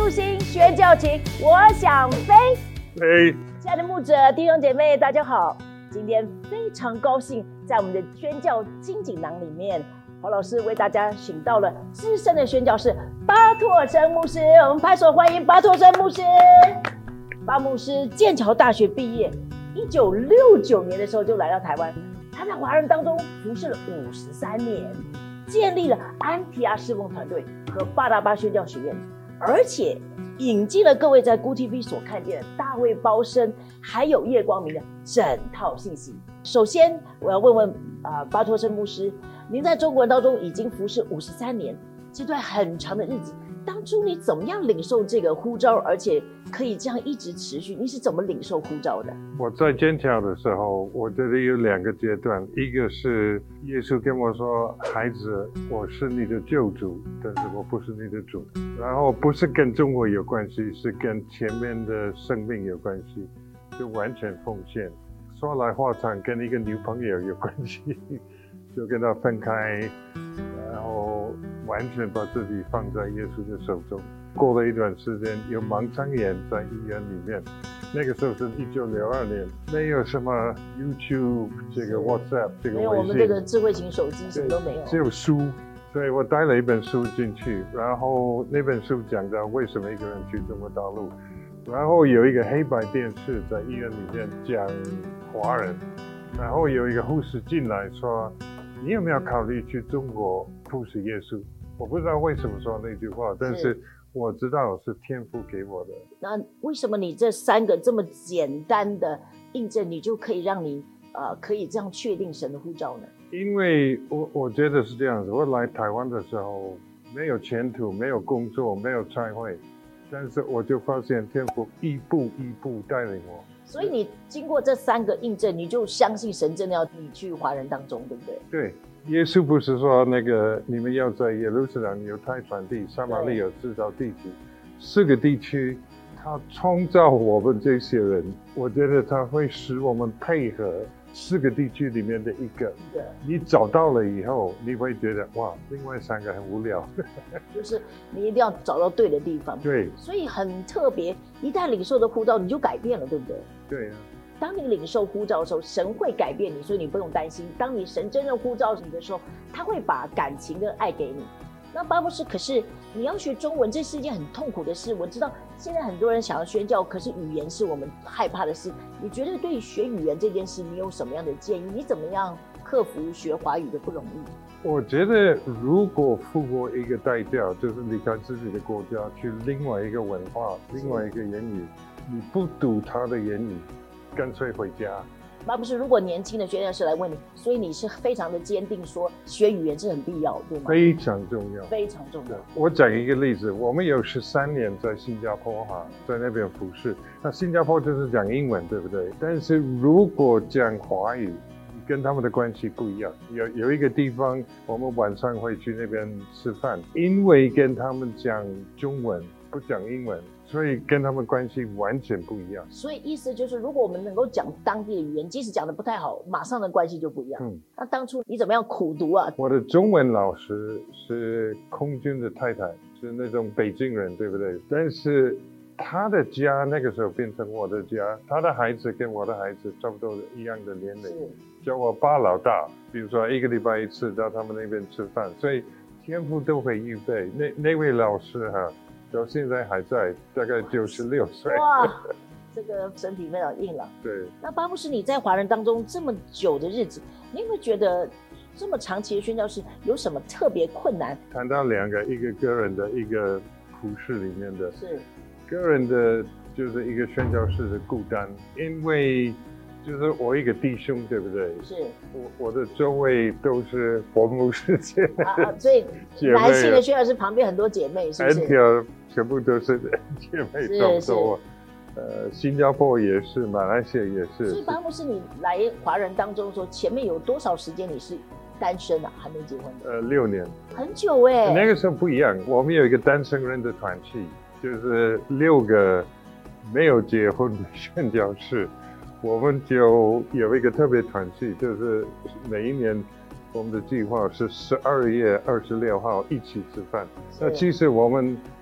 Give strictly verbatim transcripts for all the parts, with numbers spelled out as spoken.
读心，学教情，我想飞。 飞， 亲爱的牧者弟兄姐妹，大家好！今天非常高兴，在我们的宣教金锦囊里面，黄老师为大家请到了资深的宣教士巴拓生牧师，我们拍手欢迎巴拓生牧师。巴牧师剑桥大学毕业，一九六九年的时候就来到台湾，他在华人当中服侍了五十三年，建立了安提阿侍奉团队和巴拿巴宣教学院，而且引进了各位在 G O T V 所看见的大卫包生还有叶光明的整套信息。首先我要问问、呃、巴拓生牧师，您在中国人当中已经服侍五十三年，这段很长的日子，当初你怎么样领受这个呼召，而且可以这样一直持续？你是怎么领受呼召的？ 我在剑桥的时候，我觉得有两个阶段，一个是耶稣跟我说，孩子，我是你的救主，但是我不是你的主。然后不是跟中国有关系，是跟前面的生命有关系，就完全奉献。说来话长，跟一个女朋友有关系，就跟她分开，然后完全把自己放在耶稣的手中。过了一段时间，有盲肠炎在医院里面，那个时候是一九六二年，没有什么 YouTube 这个 WhatsApp 这个微信， 没有我们这个智慧型手机，什么都没有， 只有书。所以我带了一本书进去，然后那本书讲到为什么一个人去中国大陆，然后有一个黑白电视在医院里面讲华人，然后有一个护士进来说，你有没有考虑去中国服侍耶稣？我不知道为什么说那句话，但是我知道是天父给我的。 那为什么你这三个这么简单的印证，你就可以让你呃可以这样确定神的呼召呢？ 因为我我觉得是这样子，我来台湾的时候没有前途，没有工作，没有菜会，但是我就发现天父一步一步带领我。 所以你经过这三个印证，你就相信神真的要你去华人当中，对不对？ 对，耶稣不是说那个你们要在耶路撒冷、犹太传地、撒玛利亚制造地区，四个地区，他创造我们这些人，我觉得他会使我们配合四个地区里面的一个，你找到了以后，你会觉得哇，另外三个很无聊。 就是你一定要找到对的地方。 对， 所以很特别，一旦领受的呼召，你就改变了，对不对？ 对啊。 当你领受呼召的时候，神会改变你，所以你不用担心。当你神真正呼召你的时候，他会把感情跟爱给你。那巴牧师，可是你要学中文，这是一件很痛苦的事。我知道现在很多人想要宣教，可是语言是我们害怕的事。你觉得对于学语言这件事，你有什么样的建议？你怎么样克服学华语的不容易？ 我觉得如果付过一个代价，就是离开自己的国家，去另外一个文化、另外一个言语，你不读他的言语，干脆回家。 巴牧师，如果年轻的宣教士来问你，所以你是非常的坚定说学语言是很必要，对吗？ 非常重要， 非常重要。 我讲一个例子，我们有十三年在新加坡哈，在那边服侍。那新加坡就是讲英文，对不对？但是如果讲华语，跟他们的关系不一样。有有一个地方，我们晚上会去那边吃饭，因为跟他们讲中文，不讲英文。所以跟他们关系完全不一样。 所以意思就是，如果我们能够讲当地的语言，即使讲得不太好，马上的关系就不一样。嗯，那当初你怎么样苦读啊？ 我的中文老师是空军的太太，是那种北京人，对不对？但是他的家那个时候变成我的家，他的孩子跟我的孩子差不多一样的年龄，叫我巴老大。比如说一个礼拜一次到他们那边吃饭，所以天父都会预备。那那位老师哈。到现在还在，大概九十六岁。 哇，这个身体非常硬朗。 对。 那巴牧师，你在华人当中这么久的日子，你有没有觉得这么长期的宣教士有什么特别困难？ 谈到两个，一个个人的，一个服事里面的。 是。 个人的就是一个宣教士的孤单，因为就是我一个弟兄，对不对？ 是。 我我的周围都是佛牧师姐妹啊啊，所以男性的宣教士旁边很多姐妹，是不是？ 很多全部都是姐妹众多。呃，新加坡也是，马来西亚也是。 所以巴牧师，你来华人当中说，前面有多少时间你是单身啊，还没结婚的？ 呃，六年。 很久哎、欸。 那个时候不一样，我们有一个单身人的团契，就是六个没有结婚的宣教士。我们就有一个特别团契，就是每一年我们的计划是十二月二十六号一起吃饭。那其实我们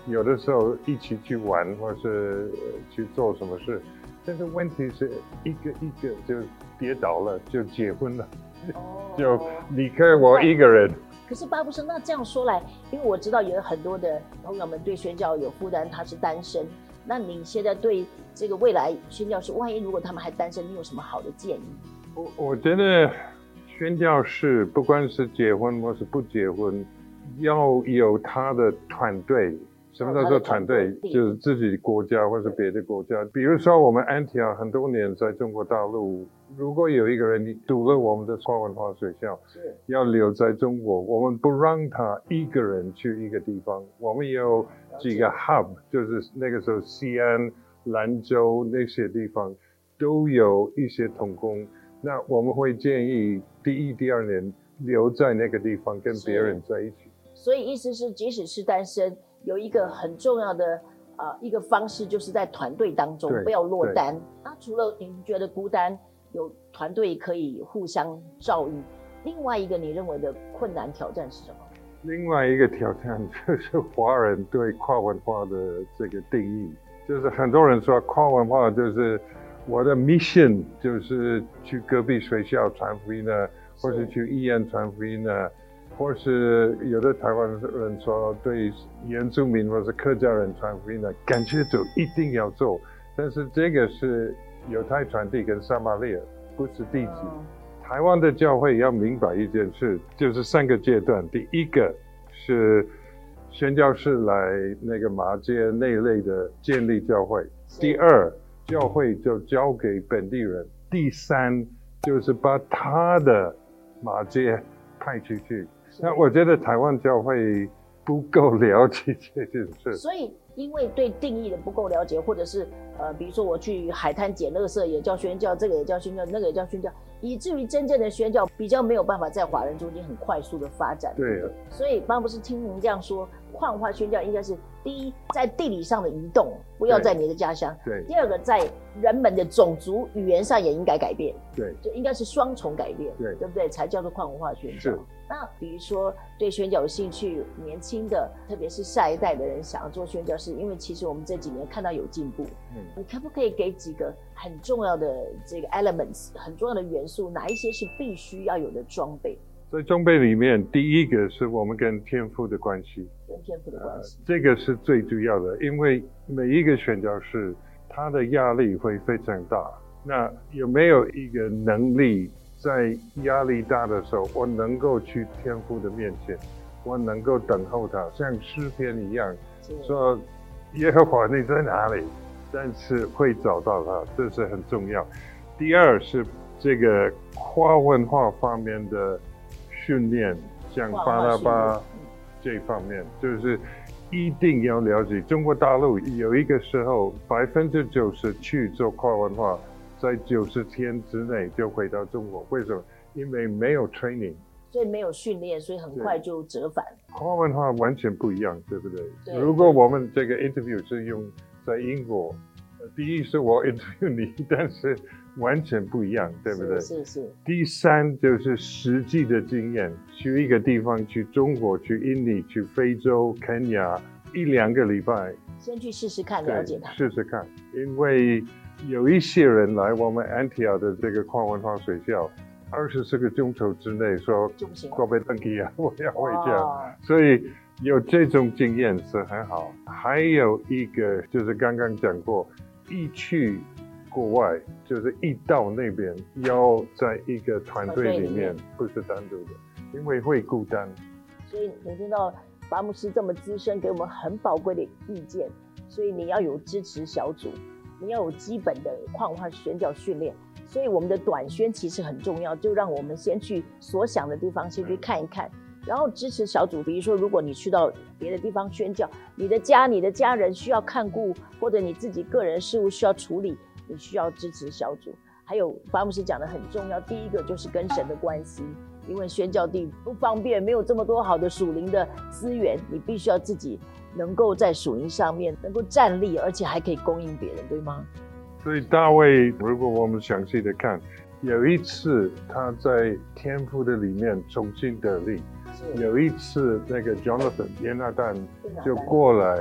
有的时候一起去玩，或是去做什么事。但是问题是一个一个就跌倒了，就结婚了，哦、就离开我一个人。 可是巴布斯，那这样说来，因为我知道有很多的朋友们对宣教有负担，他是单身。那你现在对这个未来宣教士，万一如果他们还单身，你有什么好的建议？ 我我觉得宣教士不管是结婚或是不结婚，要有他的团队。什么叫做团队？就是自己国家或是别的国家。比如说我们安提阿很多年在中国大陆，如果有一个人读了我们的跨文化学校，要留在中国，我们不让他一个人去一个地方。我们有几个 hub， 就是那个时候西安、兰州那些地方都有一些同工。那我们会建议第一、第二年留在那个地方跟别人在一起。 所以意思是，即使是单身，有一个很重要的呃一个方式，就是在团队当中不要落单。那除了你觉得孤单，有团队可以互相照应，另外一个你认为的困难挑战是什么？ 另外一个挑战就是华人对跨文化的这个定义，就是很多人说跨文化就是我的 mission 就是去隔壁学校传福音呢，或是去医院传福音呢。或是有的台湾人说对原住民或是客家人传福音呢，感觉就一定要做，但是这个是犹太传递跟撒玛利亚，不是地级。台湾的教会要明白一件事，就是三个阶段。第一个是宣教士来那个马街那一类的建立教会，第二教会就交给本地人，第三就是把他的马街派出去。那我觉得台湾教会不够了解这件事， 所以因为对定义的不够了解，或者是呃，比如说我去海滩捡垃圾也叫宣教，这个也叫宣教，那个也叫宣教，以至于真正的宣教比较没有办法在华人中间很快速的发展。 对， 所以巴布斯听您这样说，跨文化宣教应该是第一，在地理上的移动，不要在你的家乡； 对， 第二个，在人们的种族语言上也应该改变。 对， 就应该是双重改变， 对， 对不对？才叫做跨文化宣教。 是。 那比如说对宣教有兴趣，年轻的，特别是下一代的人想要做宣教士，因为其实我们这几年看到有进步。嗯，你可不可以给几个很重要的这个 elements， 很重要的元素，哪一些是必须要有的装备？ 在装备里面，第一个是我们跟天父的关系， 跟天父的关系、呃， 这个是最主要的，因为每一个宣教士他的压力会非常大。那有没有一个能力？在压力大的时候，我能够去天父的面前，我能够等候他，像诗篇一样，说耶和华你在哪里？但是会找到他，这是很重要。第二是这个跨文化方面的训练，像巴拿巴这方面，就是一定要了解。中国大陆有一个时候，百分之九十去做跨文化。在九十天之内就回到中国，为什么？因为没有 training， 所以没有训练，所以很快就折返。 跨文化完全不一样，对不对？对。如果我们这个 interview 是用在英国，第一是我 interview 你，但是完全不一样，对不对？ 是是是。 第三就是实际的经验，去一个地方，去中国，去印尼，去非洲、肯亚，一两个礼拜， 先去试试看，了解它。 试试看，因为。有一些人来我们安提阿的这个跨文化学校，二十四个钟头之内说过被登记啊，我要回家，所以有这种经验是很好。还有一个就是刚刚讲过，一去国外就是一到那边要在一个团队里面，不是单独的，因为会孤单。 所以你听到巴牧师这么资深，给我们很宝贵的意见，所以你要有支持小组。你要有基本的跨文化宣教训练，所以我们的短宣其实很重要，就让我们先去所想的地方先去看一看，然后支持小组。比如说，如果你去到别的地方宣教，你的家、你的家人需要看顾，或者你自己个人事务需要处理，你需要支持小组。还有巴牧师讲的很重要，第一个就是跟神的关系，因为宣教地不方便，没有这么多好的属灵的资源，你必须要自己能够在属灵上面能够站立，而且还可以供应别人，对吗？ 所以大卫，如果我们详细的看，有一次他在天父的里面重新得力，有一次那个 Jonathan 约拿单就过来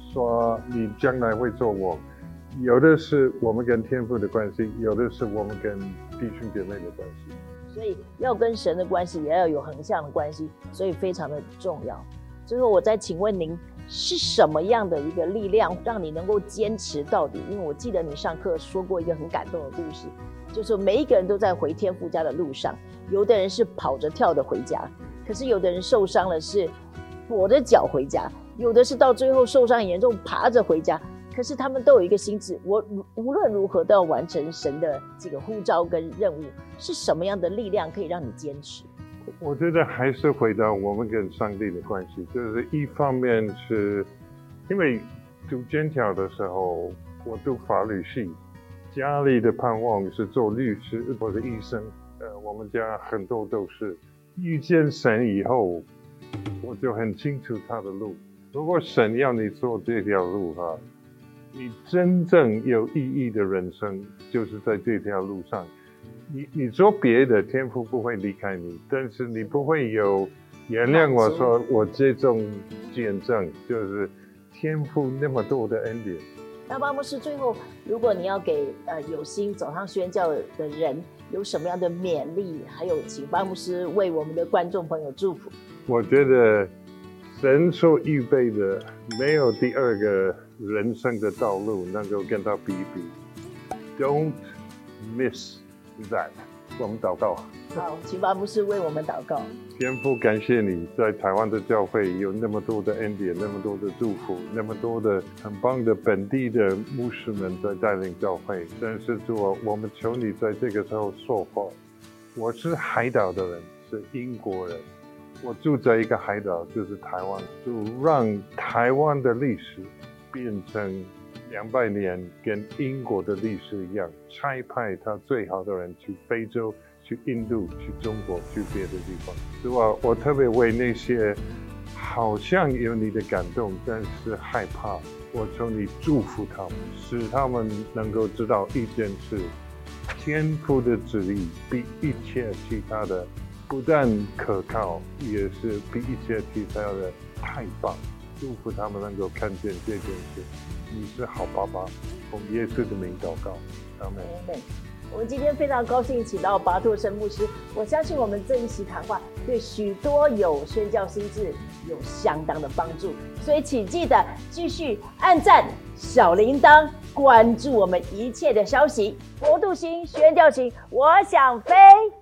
说你将来会做我。有的是我们跟天父的关系，有的是我们跟弟兄姐妹的关系。 所以要跟神的关系，也要有横向的关系，所以非常的重要。最后我再请问您，是什么样的一个力量让你能够坚持到底？因为我记得你上课说过一个很感动的故事，就是每一个人都在回天父家的路上，有的人是跑着跳的回家，可是有的人受伤了是跛着脚回家，有的是到最后受伤严重爬着回家，可是他们都有一个心智，我无论如何都要完成神的这个呼召跟任务。是什么样的力量可以让你坚持？ 我觉得还是回到我们跟上帝的关系，就是一方面是因为读剑桥的时候，我读法律系，家里的盼望是做律师或者医生，呃，我们家很多都是。遇见神以后，我就很清楚他的路。如果神要你做这条路哈，你真正有意义的人生就是在这条路上。你你做别的，天父不会离开你，但是你不会有原谅我说我这种见证，就是天父那么多的恩典。 那巴牧师，最后如果你要给呃有心走上宣教的人有什么样的勉励，还有请巴牧师为我们的观众朋友祝福。 我觉得神所预备的没有第二个人生的道路能够跟他比一比。 Don't miss that。 我们祷告。 好，请巴牧师为我们祷告。 天父，感谢你在台湾的教会有那么多的恩典，那么多的祝福，那么多的很棒的本地的牧师们在带领教会。但是主啊，我们求你在这个时候说话。我是海岛的人，是英国人，我住在一个海岛，就是台湾。就让台湾的历史变成两百年跟英国的历史一样，差派他最好的人去非洲，去印度，去中国，去别的地方。是吧？我特别为那些好像有你的感动，但是害怕，我求你祝福他们，使他们能够知道一件事：天父的旨意比一切其他的不但可靠，也是比一切其他的太棒。祝福他们能够看见这件事。你是好爸爸，奉耶稣的名祷告，阿们。 我们今天非常高兴请到巴拓生牧师，我相信我们这一席谈话对许多有宣教心志有相当的帮助，所以请记得继续按赞、小铃铛，关注我们一切的消息。国度星宣教行，我想飞。